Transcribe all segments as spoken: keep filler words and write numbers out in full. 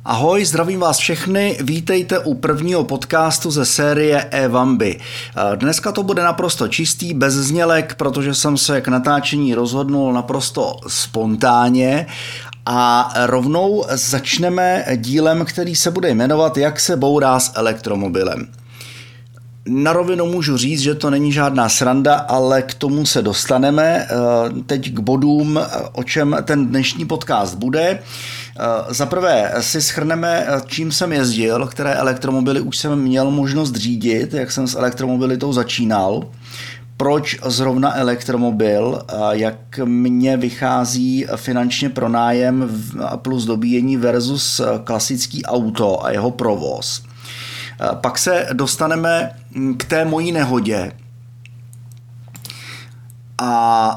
Ahoj, zdravím vás všechny, vítejte u prvního podcastu ze série E-Vamby. Dneska to bude naprosto čistý, bez znělek, protože jsem se k natáčení rozhodnul naprosto spontánně a rovnou začneme dílem, který se bude jmenovat Jak se bourá s elektromobilem. Na rovinu můžu říct, že to není žádná sranda, ale k tomu se dostaneme. Teď k bodům, o čem ten dnešní podcast bude. Za prvé si shrneme, čím jsem jezdil, které elektromobily už jsem měl možnost řídit, jak jsem s elektromobilitou začínal, proč zrovna elektromobil, jak mě vychází finančně pronájem plus dobíjení versus klasický auto a jeho provoz. Pak se dostaneme k té mojí nehodě a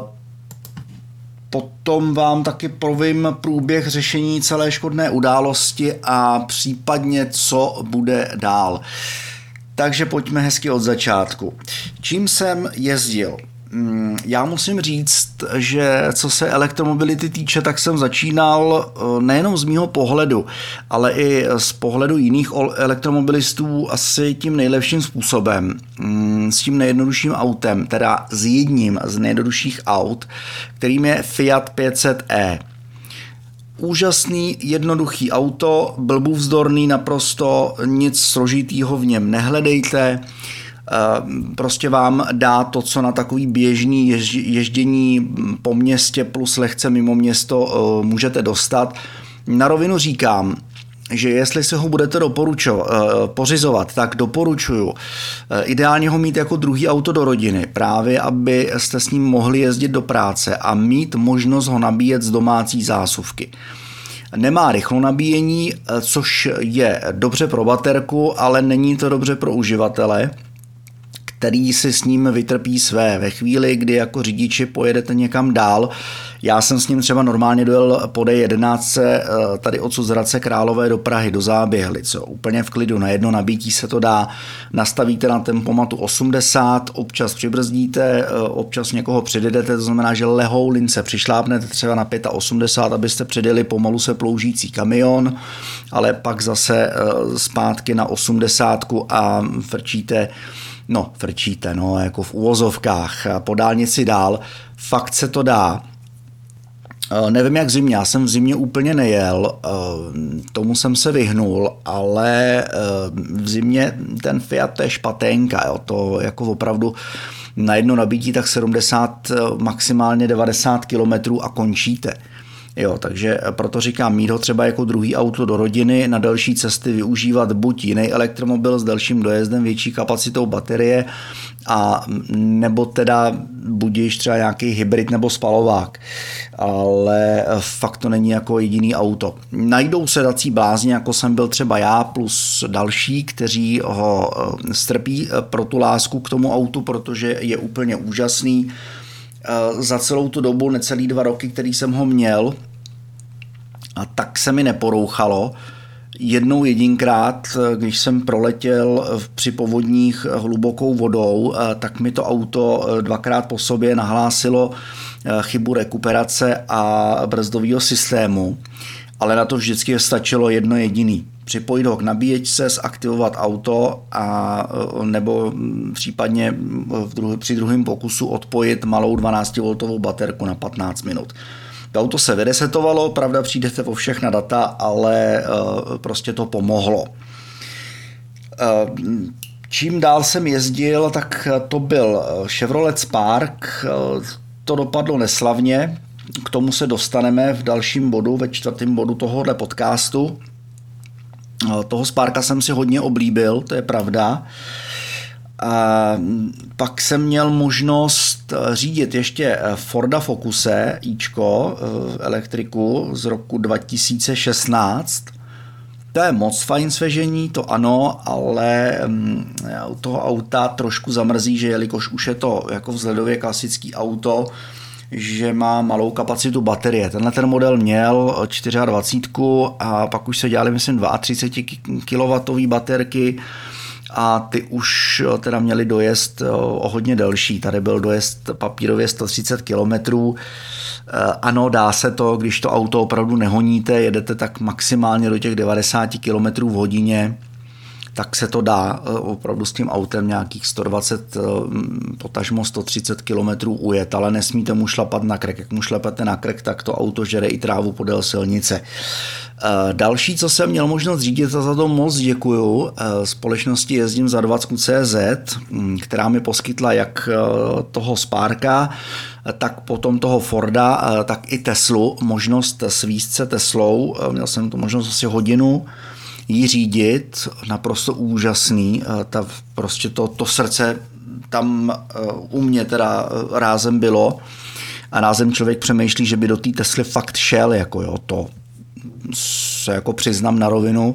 potom vám taky povím průběh řešení celé škodné události a případně co bude dál. Takže pojďme hezky od začátku. Čím jsem jezdil? Já musím říct, že co se elektromobility týče, tak jsem začínal nejenom z mýho pohledu, ale i z pohledu jiných elektromobilistů asi tím nejlepším způsobem, s tím nejjednodušším autem, teda s jedním z nejjednodušších aut, kterým je Fiat pět set e. Úžasný, jednoduchý auto, blbůvzdorný naprosto, nic složitýho v něm nehledejte, prostě vám dá to, co na takový běžný ježdění po městě plus lehce mimo město můžete dostat. Na rovinu říkám, že jestli se ho budete doporučovat, pořizovat, tak doporučuju ideálně ho mít jako druhý auto do rodiny, právě aby jste s ním mohli jezdit do práce a mít možnost ho nabíjet z domácí zásuvky. Nemá rychlo nabíjení, což je dobře pro baterku, ale není to dobře pro uživatele, který si s ním vytrpí své. Ve chvíli, kdy jako řidiči pojedete někam dál, já jsem s ním třeba normálně dojel po D jedenáct tady odsud z Hradce Králové do Prahy, do Záběhlic, úplně v klidu, na jedno nabítí se to dá, nastavíte na tempomatu osmdesát, občas přibrzdíte, občas někoho předjedete, to znamená, že lehou lince přišlápnete třeba na osmdesát pět, abyste předjeli pomalu se ploužící kamion, ale pak zase zpátky na osmdesátku a frčíte No, frčíte, no, jako v uvozovkách, po dálnici dál, fakt se to dá. Nevím jak v zimě, já jsem v zimě úplně nejel, tomu jsem se vyhnul, ale v zimě ten Fiat to je špaténka, jo, to jako opravdu na jedno nabití tak sedmdesát, maximálně devadesát kilometrů a končíte. Jo, takže proto říkám, mít ho třeba jako druhý auto do rodiny, na delší cesty využívat buď jiný elektromobil s delším dojezdem, větší kapacitou baterie, a nebo teda budiž třeba nějaký hybrid nebo spalovák, ale fakt to není jako jediný auto. Najdou se tací blázni, jako jsem byl třeba já, plus další, kteří ho strpí pro tu lásku k tomu autu, protože je úplně úžasný. Za celou tu dobu, necelý dva roky, který jsem ho měl, a tak se mi neporouchalo. Jednou jedinkrát, když jsem proletěl při povodních hlubokou vodou, tak mi to auto dvakrát po sobě nahlásilo chybu rekuperace a brzdového systému, ale na to vždycky stačilo jedno jediný. Připojit ho k nabíječce, zaktivovat auto a nebo případně v druh- při druhém pokusu odpojit malou dvanáctivoltovou baterku na patnáct minut. To auto se vyresetovalo, pravda, přijdete o všechna data, ale uh, prostě to pomohlo. Uh, čím dál jsem jezdil, tak to byl Chevrolet Spark, uh, to dopadlo neslavně, k tomu se dostaneme v dalším bodu, ve čtvrtém bodu tohohle podcastu. Toho Sparka jsem si hodně oblíbil, to je pravda. A pak jsem měl možnost řídit ještě Forda Focuse ičko, elektriku z roku dva tisíce šestnáct. To je moc fajn svežení, to ano, ale u toho auta trošku zamrzí, že jelikož už je to jako vzhledově klasický auto, že má malou kapacitu baterie. Tenhle ten model měl dvacet čtyři a pak už se dělali, myslím, třicet dva kilowattové baterky a ty už teda měli dojezd o hodně delší. Tady byl dojezd papírově sto třicet kilometrů. Ano, dá se to, když to auto opravdu nehoníte, jedete tak maximálně do těch devadesát kilometrů v hodině, tak se to dá opravdu s tím autem nějakých sto dvacet, potažmo sto třicet kilometrů ujet, ale nesmíte mu šlapat na krk. Jak mu šlapete na krk, tak to auto žere i trávu podél silnice. Další, co jsem měl možnost řídit, a za to moc děkuju, společnosti Jezdím za dvacet tečka cé zet, která mi poskytla jak toho Sparka, tak potom toho Forda, tak i Teslu, možnost svízt se Teslou. Měl jsem to možnost asi hodinu jí řídit, naprosto úžasný, ta, prostě to, to srdce tam u mě teda rázem bylo a rázem člověk přemýšlí, že by do té Tesly fakt šel, jako jo, to se jako přiznám na rovinu.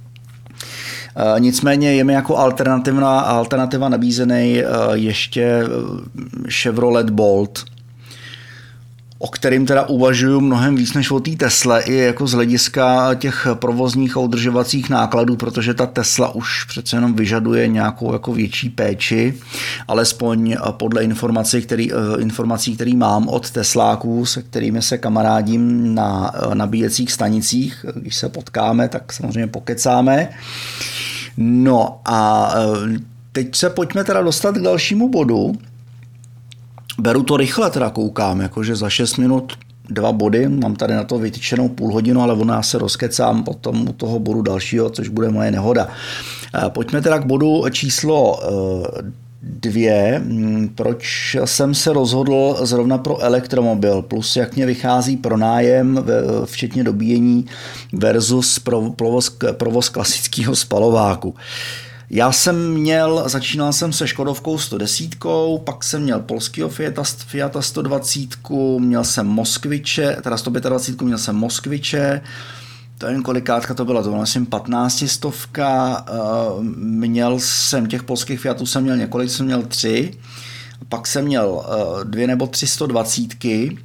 Nicméně je mi jako alternativa, alternativa nabízený ještě Chevrolet Bolt, o kterým teda uvažuju mnohem víc než o té Tesle i jako z hlediska těch provozních a udržovacích nákladů, protože ta Tesla už přece jenom vyžaduje nějakou jako větší péči, alespoň podle informací, který, informací, který mám od Tesláků, se kterými se kamarádím na nabíjecích stanicích. Když se potkáme, tak samozřejmě pokecáme. No a teď se pojďme teda dostat k dalšímu bodu. Beru to rychle, teda koukám, jakože za šest minut dva body, mám tady na to vytyčenou půl hodinu, ale ona se rozkecám potom u toho bodu dalšího, což bude moje nehoda. Pojďme teda k bodu číslo dvě. Proč jsem se rozhodl zrovna pro elektromobil, plus jak mě vychází pronájem, včetně dobíjení versus provoz, provoz klasického spalováku. Já jsem měl, začínal jsem se Škodovkou sto deset, pak jsem měl polského Fiata, Fiata sto dvacet, měl jsem Moskviče, teda sto dvacet pět, měl jsem Moskviče, to nevím kolikátka to byla, to byla myslím patnáctistovka, měl jsem těch polských Fiatů, jsem měl několik, jsem měl tři, pak jsem měl dvě nebo tři sto dvacítky,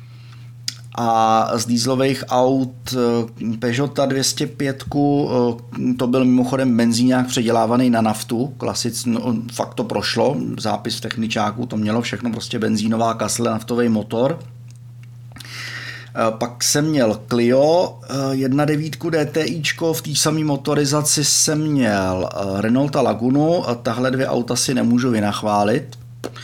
a z dieselových aut Peugeota dvě stě pět, to byl mimochodem benzíňák předělávaný na naftu, klasic, no, fakt to prošlo, zápis v techničáku, to mělo všechno, prostě benzínová kasle, naftový motor. Pak jsem měl Clio jedna devět DTIčko, v té samé motorizaci jsem měl Renaulta Lagunu, tahle dvě auta si nemůžu vynachválit.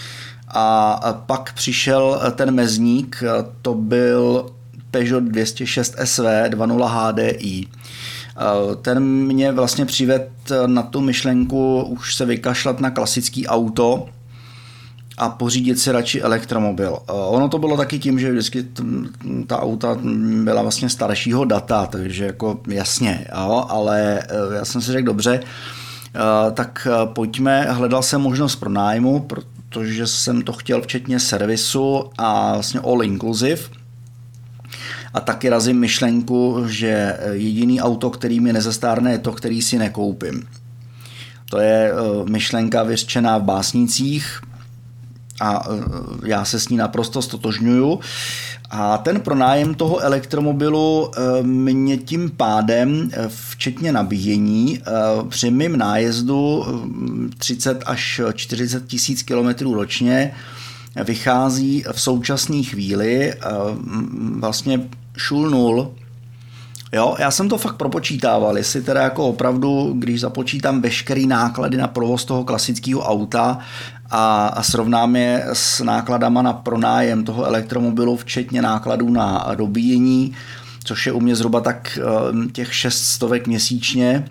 A pak přišel ten mezník, to byl Peugeot dvě stě šest S V dva nula H D I. Ten mě vlastně přivedl na tu myšlenku už se vykašlat na klasický auto a pořídit si radši elektromobil. Ono to bylo taky tím, že vždycky ta auta byla vlastně staršího data, takže jako jasně, jo, ale já jsem si řekl dobře, tak pojďme, hledal jsem možnost pronájmu, protože jsem to chtěl včetně servisu a vlastně all inclusive. A taky razím myšlenku, že jediný auto, který mi nezastárne, je to, který si nekoupím. To je myšlenka vyřčená v básnicích a já se s ní naprosto stotožňuju. A ten pronájem toho elektromobilu mě tím pádem, včetně nabíjení, při mým nájezdu třicet až čtyřicet tisíc kilometrů ročně vychází v současné chvíli vlastně šul nul. Jo, já jsem to fakt propočítával, jestli teda jako opravdu, když započítám veškerý náklady na provoz toho klasického auta a, a srovnám je s nákladama na pronájem toho elektromobilu, včetně nákladů na dobíjení, což je u mě zhruba tak těch šest stovek měsíčně,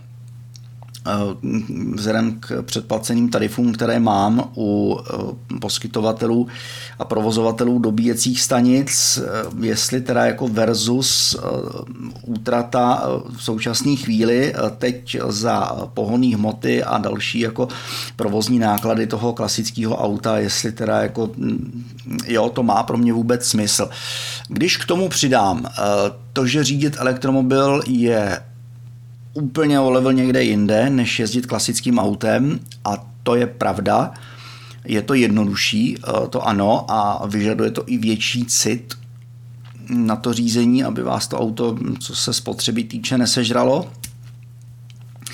vzhledem k předplaceným tarifům, které mám u poskytovatelů a provozovatelů dobíjecích stanic, jestli teda jako versus útrata v současné chvíli teď za pohonné hmoty a další jako provozní náklady toho klasického auta, jestli teda jako jo, to má pro mě vůbec smysl. Když k tomu přidám to, že řídit elektromobil je úplně o level někde jinde, než jezdit klasickým autem, a to je pravda. Je to jednodušší, to ano, a vyžaduje to i větší cit na to řízení, aby vás to auto, co se spotřeby týče, nesežralo.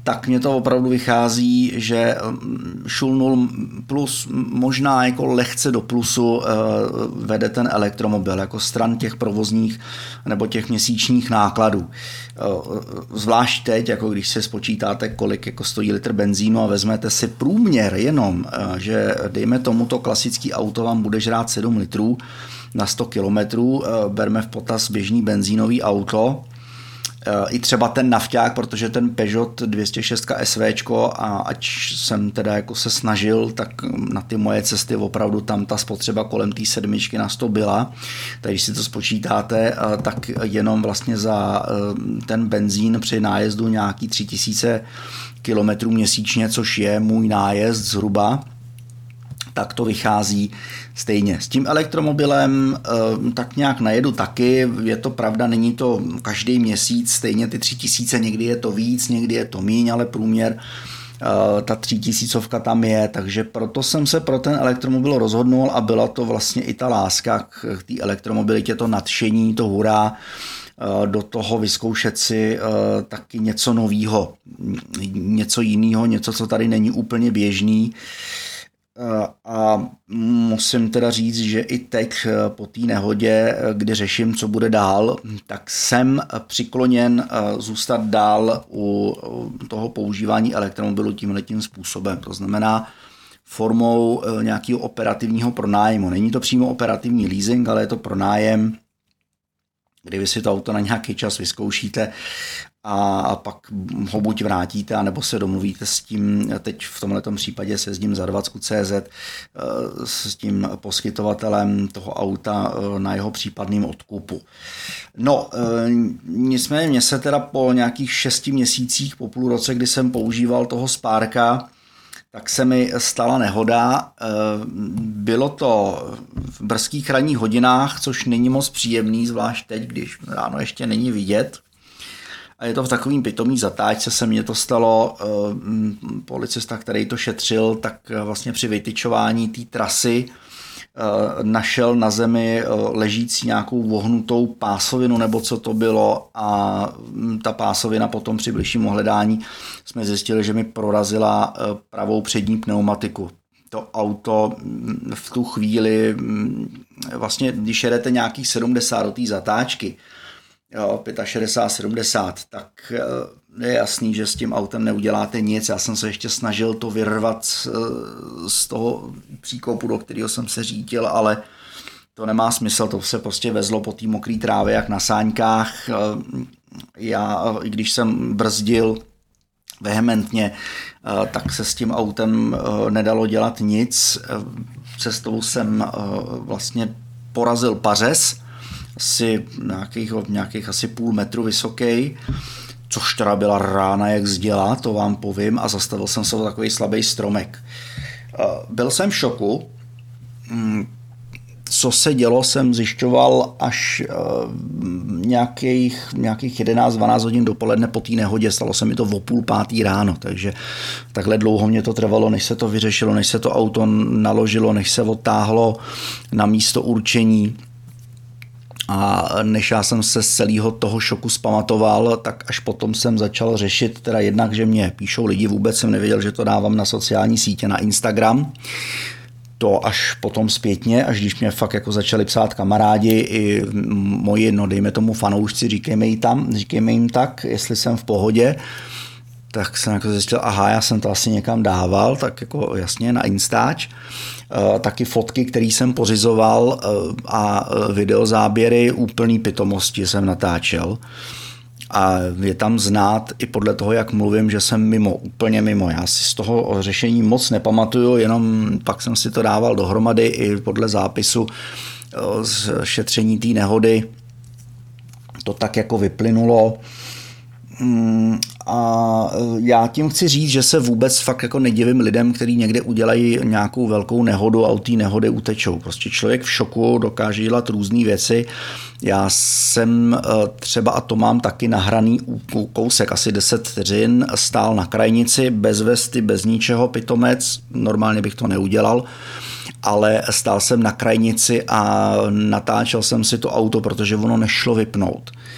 tak mě to opravdu vychází, že šul nul plus možná jako lehce do plusu vede ten elektromobil jako stran těch provozních nebo těch měsíčních nákladů. Zvlášť teď, jako když si spočítáte, kolik jako stojí litr benzínu a vezmete si průměr jenom, že dejme tomu to klasický auto vám bude žrát sedm litrů na sto kilometrů, berme v potaz běžný benzínový auto, i třeba ten nafťák, protože ten Peugeot dvě stě šest SVčko, a ať jsem teda jako se snažil, tak na ty moje cesty opravdu tam ta spotřeba kolem té sedmičky na sto byla. Takže když si to spočítáte, tak jenom vlastně za ten benzín při nájezdu nějaký tři tisíce kilometrů měsíčně, což je můj nájezd zhruba, tak to vychází stejně. S tím elektromobilem tak nějak najedu taky, je to pravda, není to každý měsíc, stejně ty tři tisíce, někdy je to víc, někdy je to míň, ale průměr ta třítisícovka tam je, takže proto jsem se pro ten elektromobil rozhodnul a byla to vlastně i ta láska k té elektromobilitě, to nadšení, to hurá, do toho vyzkoušet si taky něco novýho, něco jiného, něco, co tady není úplně běžný. A musím teda říct, že i teď po té nehodě, kdy řeším, co bude dál, tak jsem přikloněn zůstat dál u toho používání elektromobilu tímhletím způsobem. To znamená formou nějakého operativního pronájmu. Není to přímo operativní leasing, ale je to pronájem, kdy vy si to auto na nějaký čas vyzkoušíte a pak ho buď vrátíte, anebo se domluvíte s tím, teď v tomhletom případě se jezdím za dvacku tečka cé zet, s tím poskytovatelem toho auta na jeho případným odkupu. No, nicméně mě se teda po nějakých šesti měsících, po půl roce, kdy jsem používal toho Sparka, tak se mi stala nehoda. Bylo to v brzkých ranních hodinách, což není moc příjemný, zvlášť teď, když ráno ještě není vidět. A je to v takovým pitomý zatáčce, se mně to stalo, policista, který to šetřil, tak vlastně při vytyčování té trasy našel na zemi ležící nějakou vohnutou pásovinu, nebo co to bylo, a ta pásovina potom při bližším ohledání jsme zjistili, že mi prorazila pravou přední pneumatiku. To auto v tu chvíli, vlastně když jedete nějakých sedmdesát do té zatáčky, jo, šedesát pět sedmdesát, tak je jasný, že s tím autem neuděláte nic. Já jsem se ještě snažil to vyrvat z toho příkopu, do kterého jsem se řídil, ale to nemá smysl, to se prostě vezlo po té mokré trávě jak na sáňkách. Já, i když jsem brzdil vehementně, tak se s tím autem nedalo dělat nic. Cestou jsem vlastně porazil pařez, asi nějakých, nějakých asi půl metru vysoký, což teda byla rána jak zděla, to vám povím, a zastavil jsem se o takový slabý stromek. Byl jsem v šoku. Co se dělo, jsem zjišťoval až nějakých, nějakých jedenáct dvanáct hodin dopoledne po té nehodě. Stalo se mi to o půl pátý ráno, takže takhle dlouho mě to trvalo, než se to vyřešilo, než se to auto naložilo, než se odtáhlo na místo určení. A než já jsem se z celého toho šoku zpamatoval, tak až potom jsem začal řešit, teda jednak, že mě píšou lidi, vůbec jsem nevěděl, že to dávám na sociální sítě, na Instagram. To až potom zpětně, až když mě fakt jako začali psát kamarádi i moji, no dejme tomu fanoušci, říkejme jim tam, říkejme jim tak, jestli jsem v pohodě, tak jsem jako zjistil, aha, já jsem to asi někam dával, tak jako jasně na Instač. Taky fotky, které jsem pořizoval, a videozáběry úplný pitomosti jsem natáčel. A je tam znát i podle toho, jak mluvím, že jsem mimo, úplně mimo. Já si z toho řešení moc nepamatuju, jenom pak jsem si to dával dohromady i podle zápisu z šetření té nehody. To tak jako vyplynulo. A já tím chci říct, že se vůbec fakt jako nedivím lidem, kteří někde udělají nějakou velkou nehodu a od té nehody utečou. Prostě člověk v šoku dokáže dělat různé věci. Já jsem třeba, a to mám taky nahraný kousek, asi deset vteřin, stál na krajnici, bez vesty, bez ničeho, pitomec, normálně bych to neudělal, ale stál jsem na krajnici a natáčel jsem si to auto, protože ono nešlo vypnout.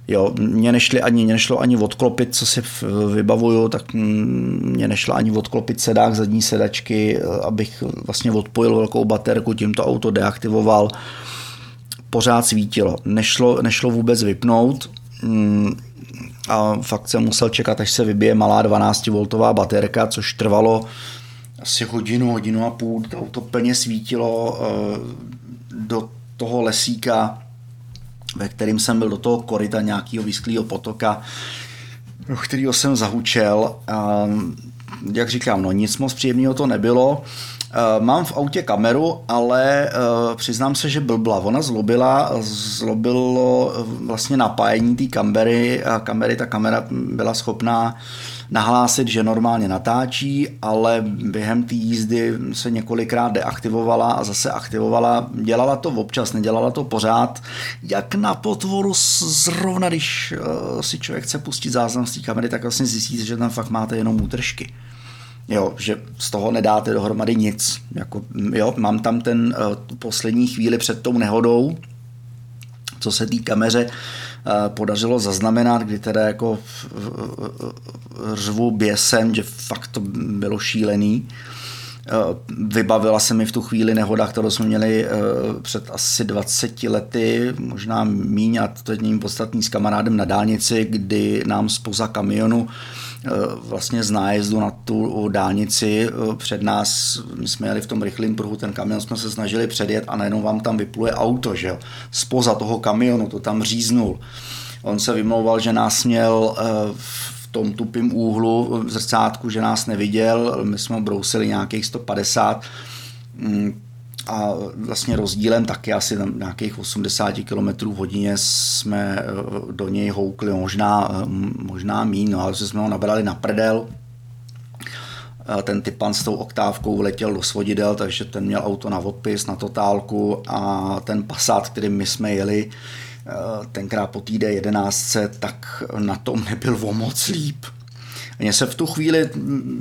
Jo, mě nešli ani, mě nešlo ani odklopit, co si vybavuju, tak mě nešlo ani odklopit sedák zadní sedačky, abych vlastně odpojil velkou baterku, tím to auto deaktivoval. Pořád svítilo, nešlo, nešlo vůbec vypnout a fakt jsem musel čekat, až se vybije malá dvanáctivoltová baterka, což trvalo asi hodinu, hodinu a půl, to auto plně svítilo do toho lesíka, ve kterým jsem byl, do toho koryta nějakého vysklého potoka, do kterého jsem zahučel. Jak říkám, no nic moc příjemného to nebylo. Mám v autě kameru, ale přiznám se, že blbla. Ona zlobila, zlobilo vlastně napájení té kamery. kamery. Ta kamera byla schopná nahlásit, že normálně natáčí, ale během té jízdy se několikrát deaktivovala a zase aktivovala. Dělala to občas, nedělala to pořád. Jak na potvoru zrovna, když si člověk chce pustit záznam z té kamery, tak vlastně zjistíte, že tam fakt máte jenom útržky. Jo, že z toho nedáte dohromady nic. Jako, jo, mám tam ten uh, poslední chvíli před tou nehodou, co se té kameře uh, podařilo zaznamenat, kdy teda jako uh, uh, řvu běsem, že fakt to bylo šílený. Uh, vybavila se mi v tu chvíli nehoda, kterou jsme měli uh, před asi dvaceti lety, možná míň, a to je tím podstatný, s kamarádem na dálnici, kdy nám zpoza kamionu vlastně z nájezdu na tu dálnici před nás, my jsme jeli v tom rychlém pruhu, ten kamion jsme se snažili předjet a najednou vám tam vypluje auto, že jo, spoza toho kamionu, to tam říznul. On se vymlouval, že nás měl v tom tupým úhlu v zrcátku, že nás neviděl, my jsme ho brousili nějakých sto padesát a vlastně rozdílem taky asi nějakých osmdesát kilometrů v hodině jsme do něj houkli, možná, možná míň, no, ale jsme ho nabrali na prdel. Ten typan s tou oktávkou vletěl do svodidel, takže ten měl auto na odpis, na totálku, a ten Passat, kterým my jsme jeli tenkrát po té dé jedenáct, tak na tom nebyl o moc líp. Mně se v tu chvíli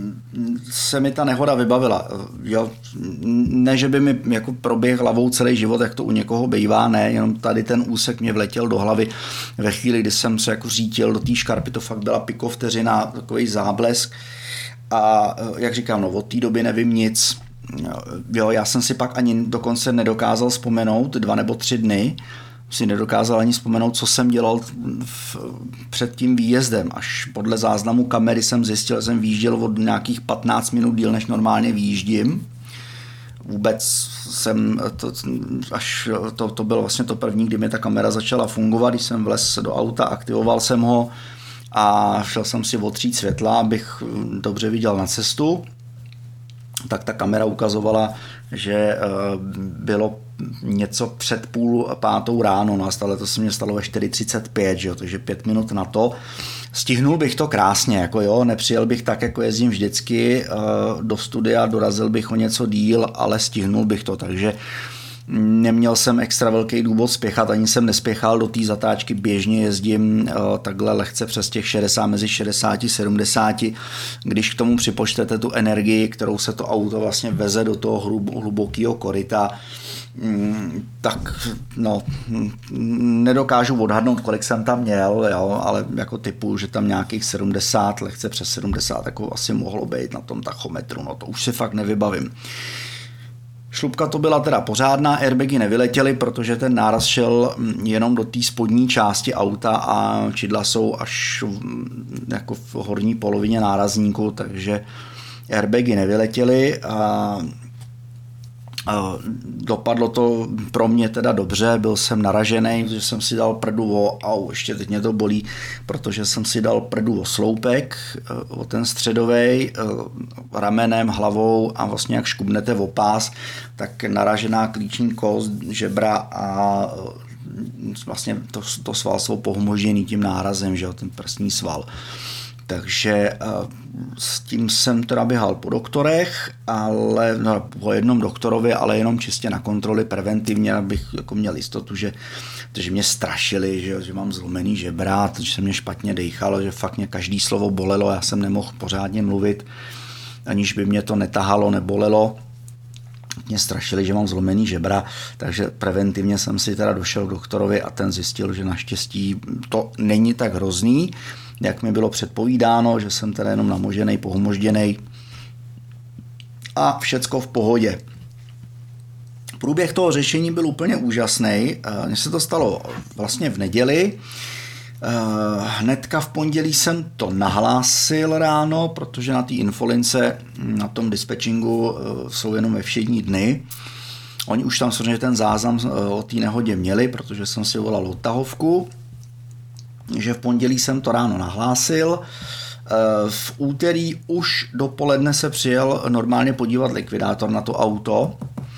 se mi ta nehoda vybavila. Jo, ne, že by mi jako proběh hlavou celý život, jak to u někoho bývá, ne, jenom tady ten úsek mě vletěl do hlavy ve chvíli, kdy jsem se jako řítil do té škarpy, to fakt byla pikovteřina, takový záblesk. A jak říkám, no, od té doby nevím nic. Jo, já jsem si pak ani dokonce nedokázal vzpomenout dva nebo tři dny, si nedokázal ani vzpomenout, co jsem dělal v, před tím výjezdem. Až podle záznamu kamery jsem zjistil, že jsem výjížděl od nějakých patnáct minut díl, než normálně výjíždím. Vůbec jsem, to, až to, to bylo vlastně to první, kdy mi ta kamera začala fungovat, když jsem vlez do auta, aktivoval jsem ho a šel jsem si otřít světla, abych dobře viděl na cestu. Tak ta kamera ukazovala, že bylo něco před půl pátou ráno, no a stále to se mě stalo ve čtyři třicet pět, že jo, takže pět minut na to. Stihnul bych to krásně, jako jo, nepřijel bych tak, jako jezdím vždycky do studia, dorazil bych o něco díl, ale stihnul bych to, takže neměl jsem extra velký důvod spěchat, ani jsem nespěchal do té zatáčky, běžně jezdím uh, takhle lehce přes těch šedesát, mezi šedesát a sedmdesát, když k tomu připočtete tu energii, kterou se to auto vlastně veze do toho hlub, hlubokého koryta, mm, tak no, nedokážu odhadnout, kolik jsem tam měl, jo, ale jako typu, že tam nějakých sedmdesát, lehce přes sedmdesát, jako asi mohlo být na tom tachometru, no to už si fakt nevybavím. Šlupka to byla teda pořádná, airbagy nevyletěly, protože ten náraz šel jenom do té spodní části auta a čidla jsou až jako v horní polovině nárazníku, takže airbagy nevyletěly a dopadlo to pro mě teda dobře, byl jsem naražený, protože jsem si dal prdu o, au, ještě teď mě to bolí, protože jsem si dal prdu o sloupek, o ten středovej, ramenem, hlavou a vlastně jak škubnete o pás, tak naražená klíční kost, žebra a vlastně to, to svalstvo pohmožený tím nárazem, že jo, ten prsní sval. Takže s tím jsem teda běhal po doktorech, ale no, po jednom doktorovi, ale jenom čistě na kontroly preventivně, abych jako měl jistotu, že, že mě strašili, že, že mám zlomený žebra, že se mě špatně dejchalo, že fakt mě každý slovo bolelo, já jsem nemohl pořádně mluvit, aniž by mě to netahalo, nebolelo. mě strašili, že mám zlomený žebra, takže preventivně jsem si teda došel k doktorovi a ten zjistil, že naštěstí to není tak hrozný, jak mi bylo předpovídáno, že jsem teda jenom namožený, pohomožděnej a všecko v pohodě. Průběh toho řešení byl úplně úžasný. Mně se to stalo vlastně v neděli. Hnedka v pondělí jsem to nahlásil ráno, protože na té infolince, na tom dispečingu jsou jenom ve všední dny. Oni už tam samozřejmě ten záznam o té nehodě měli, protože jsem si volal od tahovku, že v pondělí jsem to ráno nahlásil. V úterý už dopoledne se přijel normálně podívat likvidátor na to auto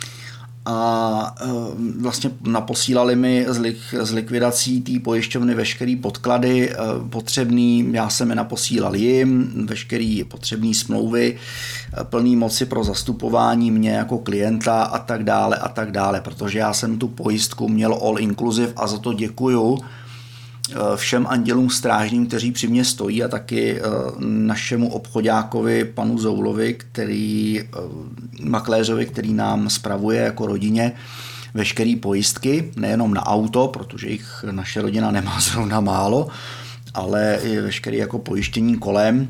a vlastně naposílali mi z likvidací té pojišťovny veškerý podklady potřebný, já jsem je naposílal jim, veškerý potřebný smlouvy, plný moci pro zastupování mě jako klienta a tak dále a tak dále, protože já jsem tu pojistku měl all inclusive a za to děkuju všem andělům strážným, kteří při mě stojí a taky našemu obchodákovi panu Zoulovi, který, makléřovi, který nám spravuje jako rodině veškerý pojistky, nejenom na auto, protože jich naše rodina nemá zrovna málo, ale i veškerý jako pojištění kolem,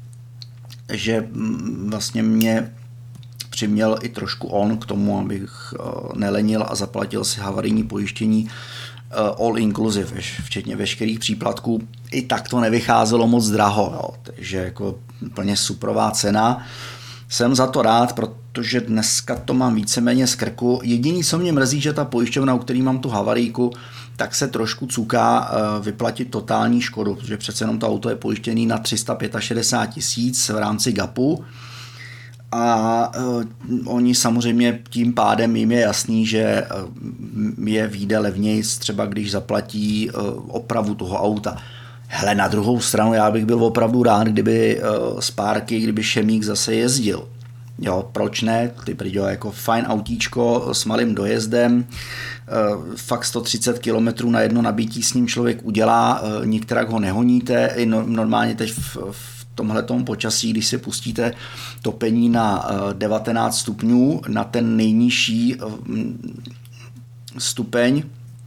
že vlastně mě přiměl i trošku on k tomu, abych nelenil a zaplatil si havarijní pojištění all inclusive, včetně veškerých příplatků. I tak to nevycházelo moc draho, jo. Takže jako plně suprová cena. Jsem za to rád, protože dneska to mám víceméně z krku. Jediný, co mě mrzí, že ta pojišťovna, u který mám tu havarijku, tak se trošku cuká vyplatit totální škodu, protože přece jenom to auto je pojištěný na tři sta šedesát pět tisíc v rámci gapu. A uh, oni samozřejmě tím pádem jim je jasný, že uh, je vyjde levněji, třeba když zaplatí uh, opravu toho auta. Hele, na druhou stranu já bych byl opravdu rád, kdyby uh, Sparky, kdyby Šemík zase jezdil. Jo, proč ne? Ty brďo, jako fajn autíčko s malým dojezdem, uh, fakt sto třicet kilometrů na jedno nabití s ním člověk udělá, uh, nikterak ho nehoníte, i no, normálně teď v, v tomhletom počasí, když si pustíte topení na devatenáct stupňů, na ten nejnižší stupeň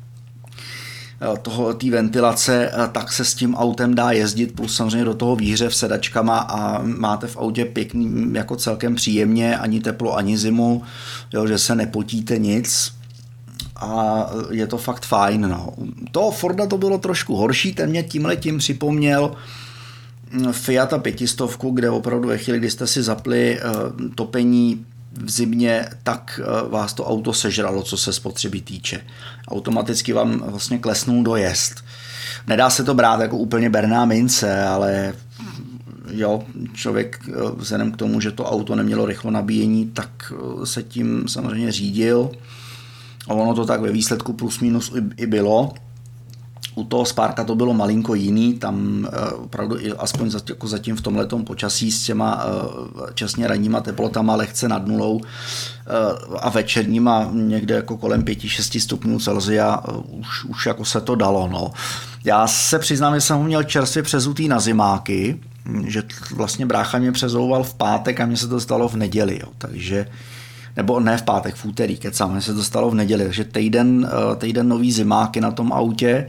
toho, té ventilace, tak se s tím autem dá jezdit, plus samozřejmě do toho výhřev sedačkama a máte v autě pěkný, jako celkem příjemně, ani teplo, ani zimu, jo, že se nepotíte nic a je to fakt fajn. No. Toho Forda to bylo trošku horší, ten mě tímhletím připomněl Fiata pětistovku, kde opravdu ve chvíli, kdy jste si zapli uh, topení v zimě, tak uh, vás to auto sežralo, co se spotřeby týče. Automaticky vám vlastně klesnul dojezd. Nedá se to brát jako úplně berná mince, ale jo, člověk uh, vzhledem k tomu, že to auto nemělo rychlo nabíjení, tak uh, se tím samozřejmě řídil. A ono to tak ve výsledku plus minus i, i bylo. U toho Sparka to bylo malinko jiný, tam uh, opravdu i aspoň za, jako zatím v tomhletom počasí s těma uh, časně ranníma teplotama lehce nad nulou uh, a večerníma někde jako kolem pět šest stupňů Celsia uh, už, už jako se to dalo. No. Já se přiznám, že jsem ho měl čerstvě přezutý na zimáky, že vlastně brácha mě přezouval v pátek a mně se to stalo v neděli, jo, takže nebo ne v pátek, v úterý, kecám, mně se to stalo v neděli, takže týden, uh, týden nový zimáky na tom autě.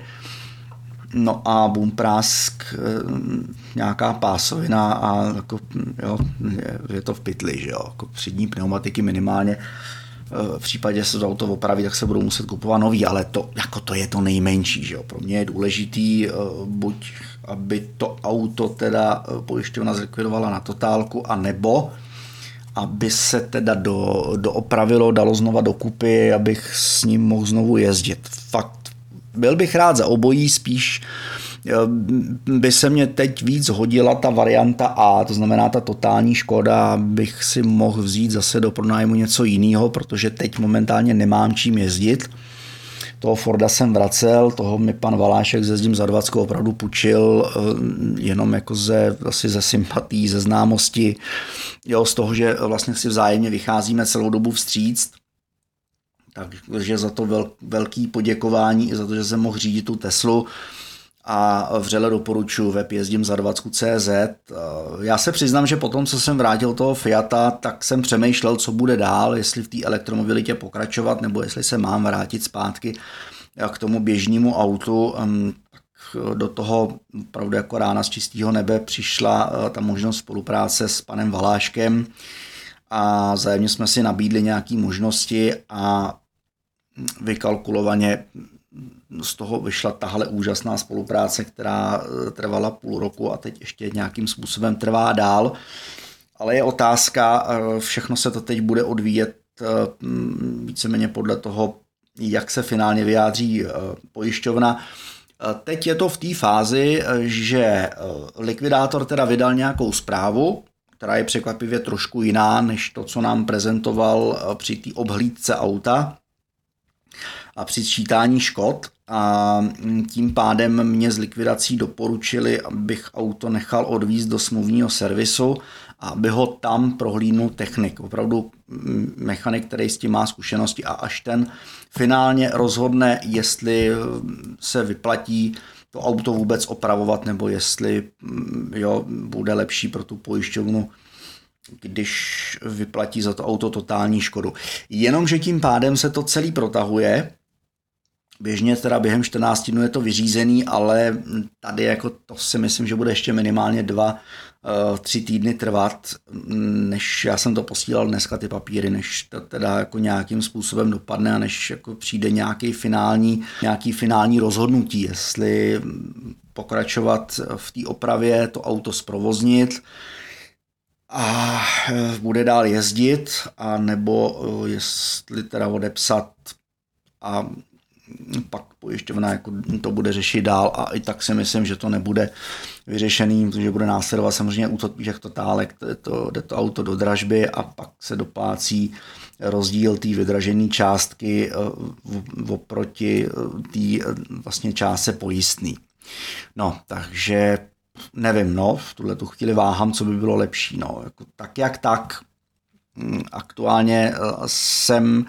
No a boom prásk, nějaká pásovina a jako, jo, je, je to v pytli, že jo, jako přední pneumatiky minimálně, v případě, že se to auto opraví, tak se budou muset kupovat nový, ale to, jako to je to nejmenší, že jo, pro mě je důležitý buď, aby to auto teda pojišťovna zlikvidovala na totálku, a nebo aby se teda do, doopravilo, dalo znova dokupy, abych s ním mohl znovu jezdit. Fakt. Byl bych rád za obojí, spíš by se mě teď víc hodila ta varianta A, to znamená ta totální škoda, bych si mohl vzít zase do pronájmu něco jiného, protože teď momentálně nemám čím jezdit. Toho Forda jsem vracel, toho mi pan Valášek ze Zdím za dvacku opravdu půjčil jenom jako ze, asi ze sympatí, ze známosti, jo, z toho, že vlastně si vzájemně vycházíme celou dobu vstříc. Takže za to vel, velký poděkování i za to, že jsem mohl řídit tu Teslu a vřele doporučuji web jezdím za dvacku tečka cé zet. Já se přiznám, že potom, co jsem vrátil toho Fiata, tak jsem přemýšlel, co bude dál, jestli v té elektromobilitě pokračovat, nebo jestli se mám vrátit zpátky k tomu běžnému autu. Do toho opravdu jako rána z čistého nebe přišla ta možnost spolupráce s panem Valáškem a vzájemně jsme si nabídli nějaké možnosti a vykalkulovaně z toho vyšla tahle úžasná spolupráce, která trvala půl roku a teď ještě nějakým způsobem trvá dál. Ale je otázka, všechno se to teď bude odvíjet víceméně podle toho, jak se finálně vyjádří pojišťovna. Teď je to v té fázi, že likvidátor teda vydal nějakou zprávu, která je překvapivě trošku jiná, než to, co nám prezentoval při té obhlídce auta a při sčítání škod. A tím pádem mě z likvidací doporučili, abych auto nechal odvízt do smluvního servisu a aby ho tam prohlídnul technik. Opravdu mechanik, který s tím má zkušenosti, a až ten finálně rozhodne, jestli se vyplatí to auto vůbec opravovat, nebo jestli jo, bude lepší pro tu pojišťovnu, když vyplatí za to auto totální škodu. Jenomže tím pádem se to celý protahuje. Běžně teda během čtrnácti dnů je to vyřízený, ale tady jako to si myslím, že bude ještě minimálně dva, tři týdny trvat, než já jsem to posílal dneska ty papíry, než to teda jako nějakým způsobem dopadne a než jako přijde nějaký finální, nějaký finální rozhodnutí, jestli pokračovat v té opravě, to auto zprovoznit a bude dál jezdit, a nebo jestli teda odepsat a pak pojišťovna jako to bude řešit dál, a i tak si myslím, že to nebude vyřešený, protože bude následovat samozřejmě u těch totálek, to, to, jde to auto do dražby a pak se doplácí rozdíl té vydražené částky oproti té vlastně částce pojistný. No, takže nevím, no, v tuhle tu chvíli váhám, co by bylo lepší, no, jako tak jak tak, aktuálně jsem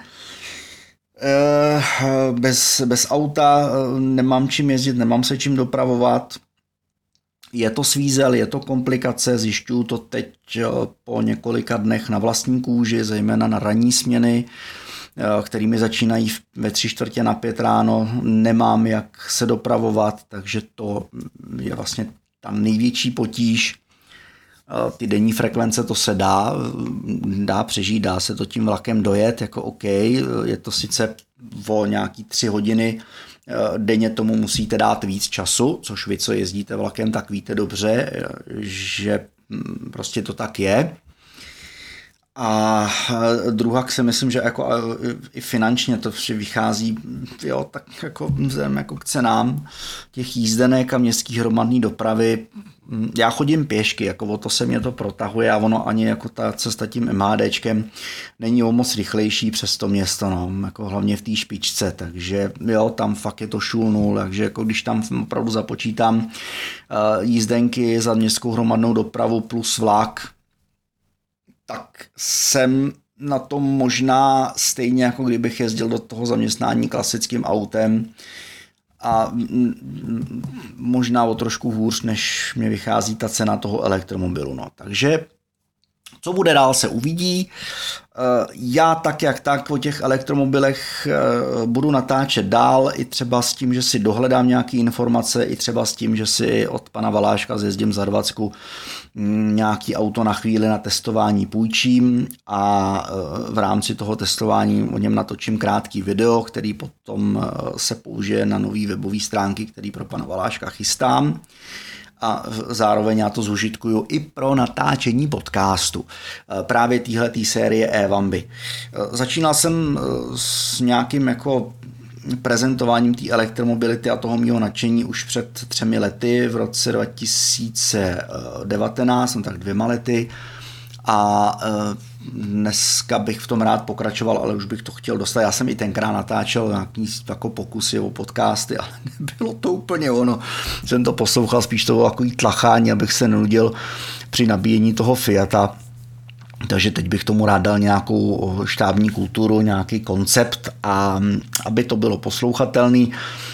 Bez, bez auta, nemám čím jezdit, nemám se čím dopravovat. Je to svízel, je to komplikace, zjišťuju to teď po několika dnech na vlastní kůži, zejména na ranní směny, kterými začínají ve tři čtvrtě na pět ráno. Nemám jak se dopravovat, takže to je vlastně ta největší potíž. Ty denní frekvence, to se dá, dá přežít, dá se to tím vlakem dojet, jako OK, je to sice o nějaký tři hodiny denně, tomu musíte dát víc času, což vy, co jezdíte vlakem, tak víte dobře, že prostě to tak je. A druhak si myslím, že jako i finančně to vychází, jo, tak jako vzhledem jako k cenám těch jízdenek a městských hromadné dopravy. Já chodím pěšky, jako o to se mě to protahuje, a ono ani jako ta cesta tím MHDčkem není o moc rychlejší přes to město, no, jako hlavně v té špičce, takže jo, tam fakt je to šůl nul, takže jako když tam opravdu započítám uh, jízdenky za městskou hromadnou dopravu plus vlak, tak jsem na tom možná stejně, jako kdybych jezdil do toho zaměstnání klasickým autem, a možná o trošku hůř, než mě vychází ta cena toho elektromobilu. No. Takže co bude dál, se uvidí. Já tak jak tak o těch elektromobilech budu natáčet dál, i třeba s tím, že si dohledám nějaké informace, i třeba s tím, že si od pana Valáška zjezdím za dvacku nějaký auto na chvíli na testování půjčím a v rámci toho testování o něm natočím krátký video, který potom se použije na nový webové stránky, který pro pana Valáška chystám. A zároveň já to zužitkuju i pro natáčení podcastu. Právě téhletý série e-Vamby. Začínal jsem s nějakým jako prezentováním té elektromobility a toho mýho nadšení už před třemi lety, v roce dva tisíce devatenáct, no tak dvěma lety. A dneska bych v tom rád pokračoval, ale už bych to chtěl dostat. Já jsem i tenkrát natáčel nějaký jako pokusy o podcasty, ale nebylo to úplně ono. Jsem to poslouchal spíš toho takový tlachání, abych se nenudil při nabíjení toho Fiata. Takže teď bych tomu rád dal nějakou štábní kulturu, nějaký koncept, a aby to bylo poslouchatelný.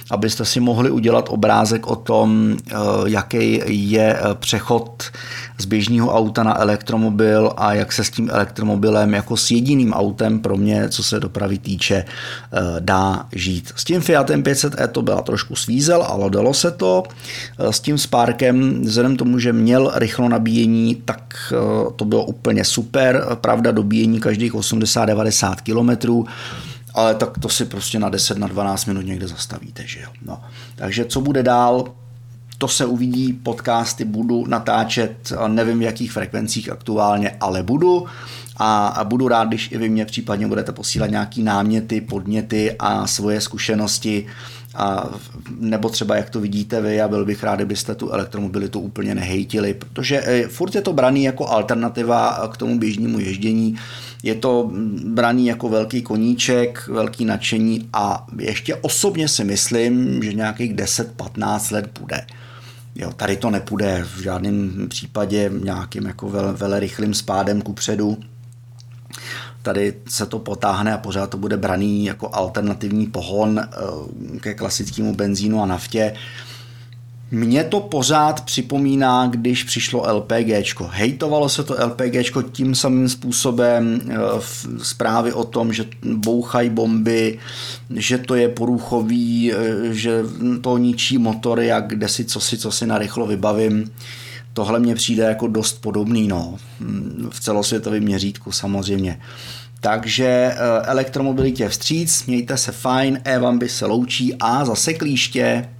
abyste si mohli udělat obrázek o tom, jaký je přechod z běžného auta na elektromobil a jak se s tím elektromobilem jako s jediným autem pro mě, co se dopravy týče, dá žít. S tím Fiatem pět set e to byla trošku svízel, ale dalo se to. S tím Sparkem, vzhledem tomu, že měl rychlo nabíjení, tak to bylo úplně super. Pravda, dobíjení každých osmdesát devadesát kilometrů, ale tak to si prostě na deset na dvanáct minut někde zastavíte, že jo. No. Takže co bude dál, to se uvidí, podcasty budu natáčet, nevím v jakých frekvencích aktuálně, ale budu a budu rád, když i vy mě případně budete posílat nějaký náměty, podněty a svoje zkušenosti, a nebo třeba jak to vidíte vy, a byl bych rád, kdybyste tu elektromobilitu úplně nehejtili, protože furt je to braný jako alternativa k tomu běžnému ježdění, je to braný jako velký koníček, velký nadšení a ještě osobně si myslím, že nějakých deset patnáct let bude. Jo, tady to nepůjde v žádném případě nějakým jako vele, vele rychlým spádem kupředu. Tady se to potáhne a pořád to bude braný jako alternativní pohon ke klasickému benzínu a naftě. Mně to pořád připomíná, když přišlo LPGčko. Hejtovalo se to LPGčko tím samým způsobem, zprávy o tom, že bouchají bomby, že to je poruchový, že to ničí motory, jak kde si co si, co si narychlo vybavím. Tohle mně přijde jako dost podobný, no, v celosvětovém měřítku samozřejmě. Takže elektromobilitě vstříc, mějte se fajn, Evan by se loučí a zase klíště.